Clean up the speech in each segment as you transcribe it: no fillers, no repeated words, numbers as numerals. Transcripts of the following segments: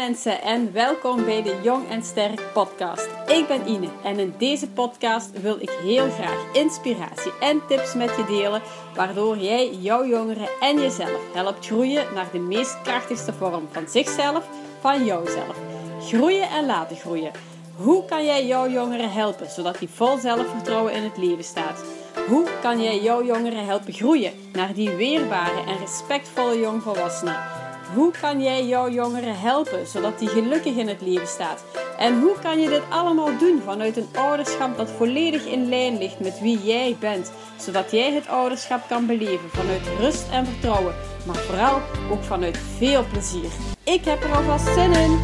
mensen en welkom bij de Jong en Sterk podcast. Ik ben Ine en in deze podcast wil ik heel graag inspiratie en tips met je delen, waardoor jij jouw jongeren en jezelf helpt groeien naar de meest krachtigste vorm van zichzelf, van jouzelf. Groeien en laten groeien. Hoe kan jij jouw jongeren helpen, zodat die vol zelfvertrouwen in het leven staat? Hoe kan jij jouw jongeren helpen groeien naar die weerbare en respectvolle jongvolwassenen? Hoe kan jij jouw jongeren helpen, zodat die gelukkig in het leven staat? En hoe kan je dit allemaal doen vanuit een ouderschap dat volledig in lijn ligt met wie jij bent, zodat jij het ouderschap kan beleven vanuit rust en vertrouwen, maar vooral ook vanuit veel plezier. Ik heb er alvast zin in!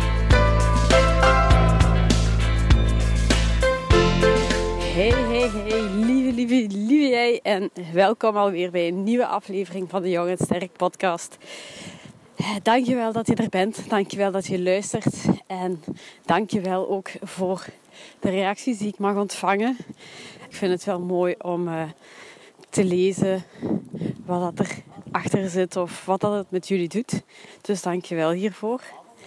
Hey, lieve jij en welkom alweer bij een nieuwe aflevering van de Jong en Sterk podcast. Dankjewel dat je er bent, dankjewel dat je luistert en dankjewel ook voor de reacties die ik mag ontvangen. Ik vind het wel mooi om te lezen wat dat er achter zit of wat dat het met jullie doet. Dus dankjewel hiervoor.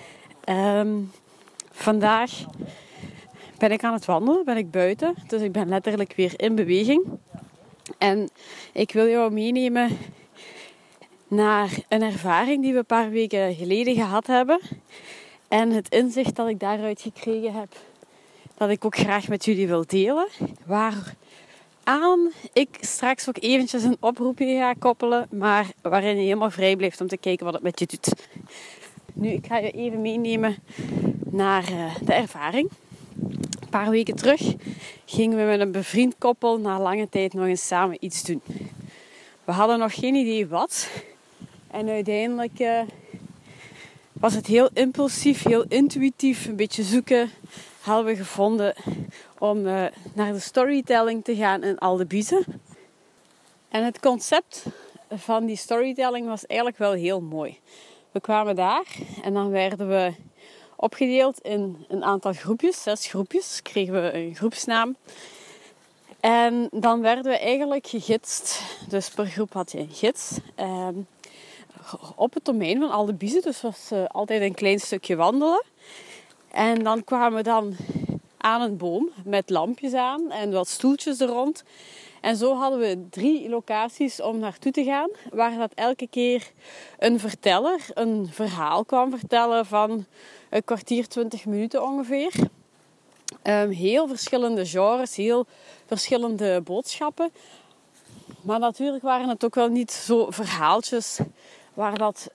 Vandaag ben ik aan het wandelen, ben ik buiten. Dus ik ben letterlijk weer in beweging. En ik wil jou meenemen naar een ervaring die we een paar weken geleden gehad hebben. En het inzicht dat ik daaruit gekregen heb, dat ik ook graag met jullie wil delen. Waaraan ik straks ook eventjes een oproepje ga koppelen, maar waarin je helemaal vrij blijft om te kijken wat het met je doet. Nu, ik ga je even meenemen naar de ervaring. Een paar weken terug gingen we met een bevriend koppel na lange tijd nog eens samen iets doen. We hadden nog geen idee wat. En uiteindelijk was het heel impulsief, heel intuïtief, een beetje zoeken. Hadden we gevonden om naar de storytelling te gaan in Aldebize. En het concept van die storytelling was eigenlijk wel heel mooi. We kwamen daar en dan werden we opgedeeld in een aantal groepjes, 6 groepjes, kregen we een groepsnaam. En dan werden we eigenlijk gegidst, dus per groep had je een gids, op het domein van Aldebize, dus was altijd een klein stukje wandelen. En dan kwamen we dan aan een boom met lampjes aan en wat stoeltjes er rond. En zo hadden we 3 locaties om naartoe te gaan, waar dat elke keer een verteller een verhaal kwam vertellen van een kwartier, 20 minuten ongeveer. Heel verschillende genres, heel verschillende boodschappen. Maar natuurlijk waren het ook wel niet zo verhaaltjes waar dat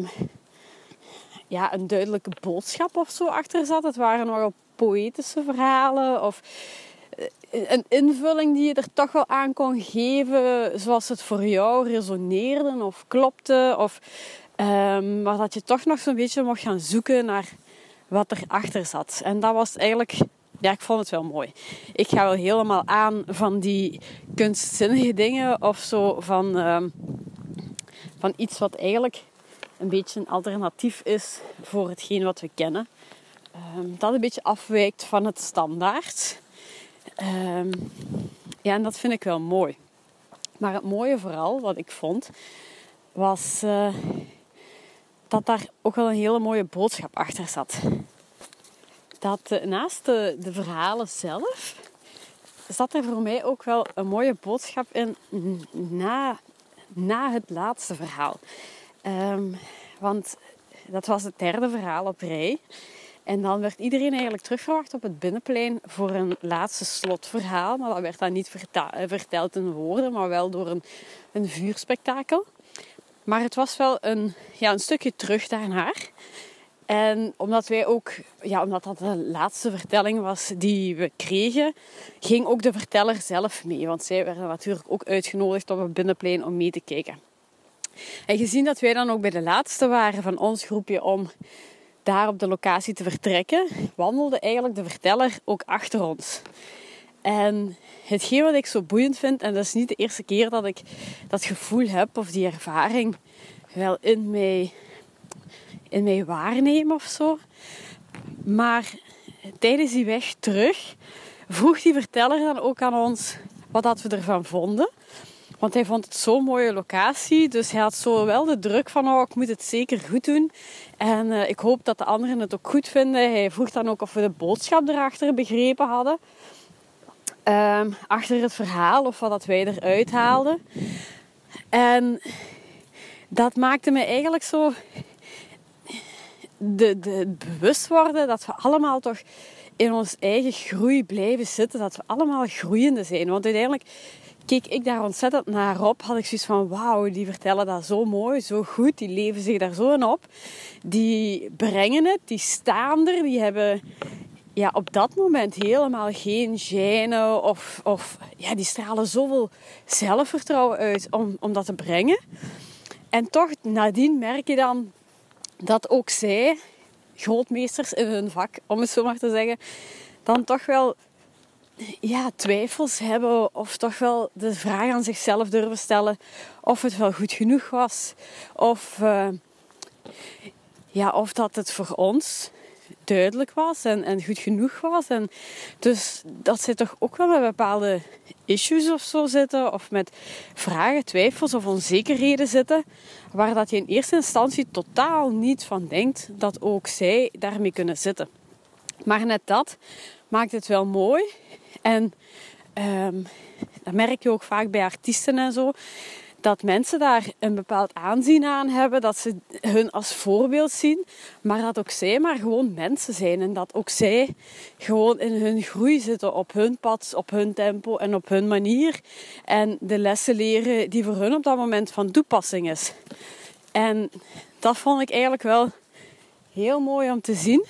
een duidelijke boodschap of zo achter zat. Het waren nogal poëtische verhalen of een invulling die je er toch wel aan kon geven, zoals het voor jou resoneerde of klopte. Of maar dat je toch nog zo'n beetje mocht gaan zoeken naar wat erachter zat. En dat was eigenlijk, ja, ik vond het wel mooi. Ik ga wel helemaal aan van die kunstzinnige dingen of zo van iets wat eigenlijk een beetje een alternatief is voor hetgeen wat we kennen. Dat een beetje afwijkt van het standaard. En dat vind ik wel mooi. Maar het mooie vooral, wat ik vond, was dat daar ook wel een hele mooie boodschap achter zat. Dat naast de verhalen zelf, zat er voor mij ook wel een mooie boodschap in na het laatste verhaal. Want dat was het 3e verhaal op rij. En dan werd iedereen eigenlijk terugverwacht op het binnenplein voor een laatste slotverhaal. Maar dat werd dan niet verteld in woorden, maar wel door een vuurspektakel. Maar het was wel een stukje terug daarnaar. En omdat dat de laatste vertelling was die we kregen, ging ook de verteller zelf mee. Want zij werden natuurlijk ook uitgenodigd op het binnenplein om mee te kijken. En gezien dat wij dan ook bij de laatste waren van ons groepje om daar op de locatie te vertrekken, wandelde eigenlijk de verteller ook achter ons. En hetgeen wat ik zo boeiend vind, en dat is niet de eerste keer dat ik dat gevoel heb of die ervaring wel in mij waarneem of zo. Maar tijdens die weg terug vroeg die verteller dan ook aan ons wat dat we ervan vonden. Want hij vond het zo'n mooie locatie. Dus hij had zo wel de druk van, oh, ik moet het zeker goed doen. En ik hoop dat de anderen het ook goed vinden. Hij vroeg dan ook of we de boodschap erachter begrepen hadden. Achter het verhaal of wat dat wij eruit haalden. En dat maakte me eigenlijk zo de bewust worden dat we allemaal toch in ons eigen groei blijven zitten. Dat we allemaal groeiende zijn. Want uiteindelijk keek ik daar ontzettend naar op. Had ik zoiets van, wauw, die vertellen dat zo mooi, zo goed. Die leven zich daar zo in op. Die brengen het, die staan er. Die hebben op dat moment helemaal geen gêne. Of die stralen zoveel zelfvertrouwen uit om dat te brengen. En toch, nadien merk je dan dat ook zij, grootmeesters in hun vak, om het zo maar te zeggen, dan toch wel twijfels hebben of toch wel de vraag aan zichzelf durven stellen of het wel goed genoeg was. Of dat het voor ons duidelijk was en goed genoeg was. En dus dat zij toch ook wel met bepaalde issues of zo zitten. Of met vragen, twijfels of onzekerheden zitten. Waar dat je in eerste instantie totaal niet van denkt dat ook zij daarmee kunnen zitten. Maar net dat maakt het wel mooi. En dat merk je ook vaak bij artiesten en zo. Dat mensen daar een bepaald aanzien aan hebben. Dat ze hun als voorbeeld zien. Maar dat ook zij maar gewoon mensen zijn. En dat ook zij gewoon in hun groei zitten. Op hun pad, op hun tempo en op hun manier. En de lessen leren die voor hun op dat moment van toepassing is. En dat vond ik eigenlijk wel heel mooi om te zien.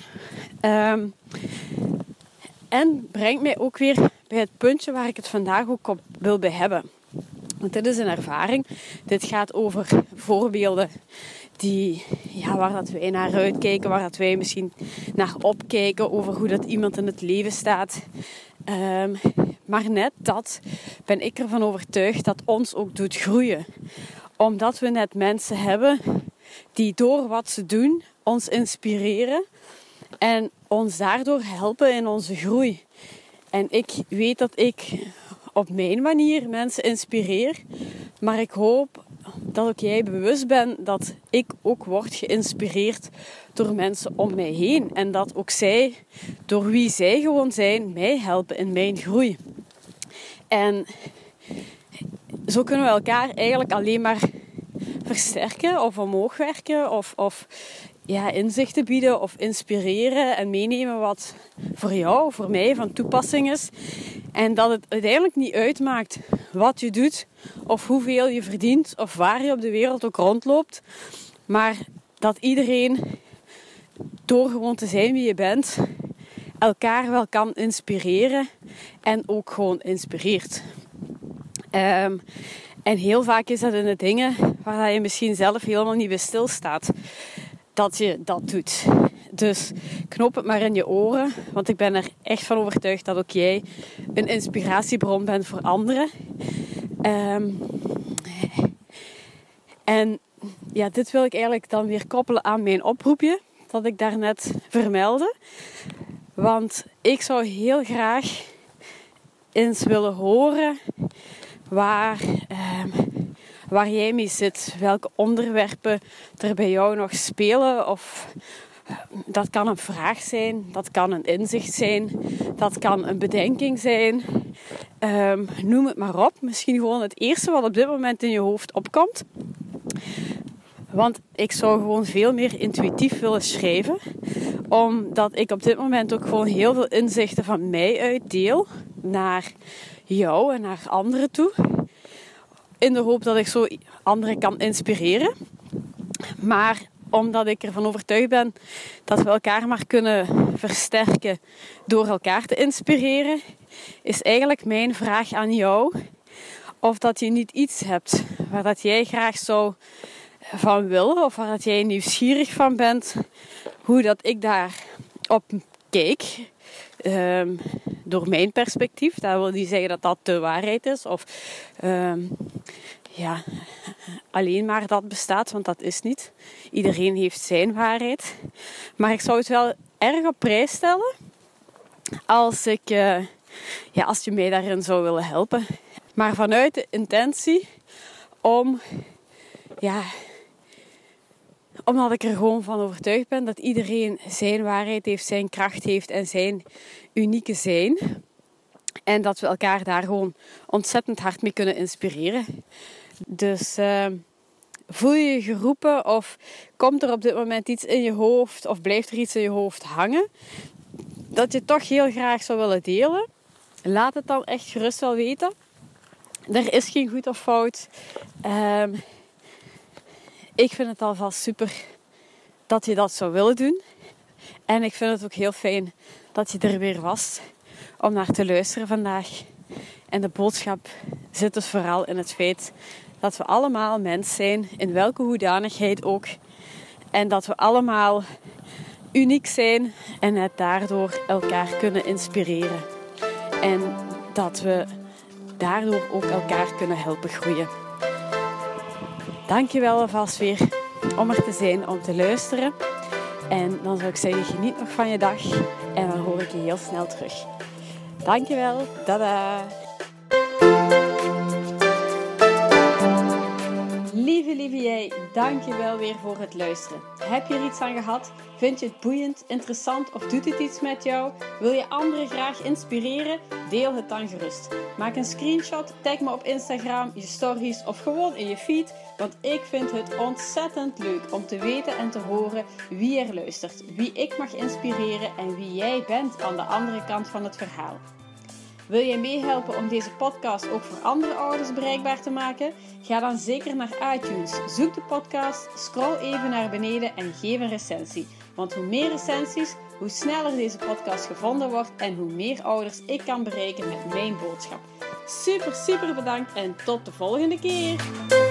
En brengt mij ook weer bij het puntje waar ik het vandaag ook op wil bij hebben. Want dit is een ervaring. Dit gaat over voorbeelden waar dat wij naar uitkijken, waar dat wij misschien naar opkijken, over hoe dat iemand in het leven staat. Maar net dat ben ik ervan overtuigd dat ons ook doet groeien. Omdat we net mensen hebben die door wat ze doen ons inspireren en ons daardoor helpen in onze groei. En ik weet dat ik op mijn manier mensen inspireer. Maar ik hoop dat ook jij bewust bent dat ik ook word geïnspireerd door mensen om mij heen. En dat ook zij, door wie zij gewoon zijn, mij helpen in mijn groei. En zo kunnen we elkaar eigenlijk alleen maar versterken of omhoog werken of inzichten bieden of inspireren en meenemen wat voor jou, voor mij van toepassing is. En dat het uiteindelijk niet uitmaakt wat je doet of hoeveel je verdient of waar je op de wereld ook rondloopt. Maar dat iedereen, door gewoon te zijn wie je bent, elkaar wel kan inspireren en ook gewoon inspireert. En heel vaak is dat in de dingen waar je misschien zelf helemaal niet bij stilstaat, dat je dat doet. Dus knoop het maar in je oren, want ik ben er echt van overtuigd dat ook jij een inspiratiebron bent voor anderen. Dit wil ik eigenlijk dan weer koppelen aan mijn oproepje dat ik daarnet vermeldde. Want ik zou heel graag eens willen horen waar jij mee zit. Welke onderwerpen er bij jou nog spelen. Of dat kan een vraag zijn. Dat kan een inzicht zijn. Dat kan een bedenking zijn. Noem het maar op. Misschien gewoon het eerste wat op dit moment in je hoofd opkomt. Want ik zou gewoon veel meer intuïtief willen schrijven. Omdat ik op dit moment ook gewoon heel veel inzichten van mij uitdeel. Naar jou en naar anderen toe. In de hoop dat ik zo anderen kan inspireren. Maar omdat ik ervan overtuigd ben dat we elkaar maar kunnen versterken door elkaar te inspireren, is eigenlijk mijn vraag aan jou of dat je niet iets hebt waar dat jij graag zou van willen of waar dat jij nieuwsgierig van bent, hoe dat ik daar op kijk. Door mijn perspectief. Dat wil niet zeggen dat dat de waarheid is. Of alleen maar dat bestaat. Want dat is niet. Iedereen heeft zijn waarheid. Maar ik zou het wel erg op prijs stellen. Als je mij daarin zou willen helpen. Maar vanuit de intentie omdat ik er gewoon van overtuigd ben dat iedereen zijn waarheid heeft, zijn kracht heeft en zijn unieke zijn. En dat we elkaar daar gewoon ontzettend hard mee kunnen inspireren. Dus voel je je geroepen of komt er op dit moment iets in je hoofd of blijft er iets in je hoofd hangen dat je toch heel graag zou willen delen? Laat het dan echt gerust wel weten. Er is geen goed of fout. Ik vind het alvast super dat je dat zou willen doen. En ik vind het ook heel fijn dat je er weer was om naar te luisteren vandaag. En de boodschap zit dus vooral in het feit dat we allemaal mens zijn, in welke hoedanigheid ook. En dat we allemaal uniek zijn en het daardoor elkaar kunnen inspireren. En dat we daardoor ook elkaar kunnen helpen groeien. Dankjewel alvast weer om er te zijn, om te luisteren. En dan zou ik zeggen, geniet nog van je dag. En dan hoor ik je heel snel terug. Dankjewel. Dada. Lieve jij, dankjewel weer voor het luisteren. Heb je er iets aan gehad? Vind je het boeiend, interessant of doet het iets met jou? Wil je anderen graag inspireren? Deel het dan gerust. Maak een screenshot, tag me op Instagram, je stories of gewoon in je feed. Want ik vind het ontzettend leuk om te weten en te horen wie er luistert. Wie ik mag inspireren en wie jij bent aan de andere kant van het verhaal. Wil jij meehelpen om deze podcast ook voor andere ouders bereikbaar te maken? Ga dan zeker naar iTunes. Zoek de podcast, scroll even naar beneden en geef een recensie. Want hoe meer recensies, hoe sneller deze podcast gevonden wordt en hoe meer ouders ik kan bereiken met mijn boodschap. Super bedankt en tot de volgende keer!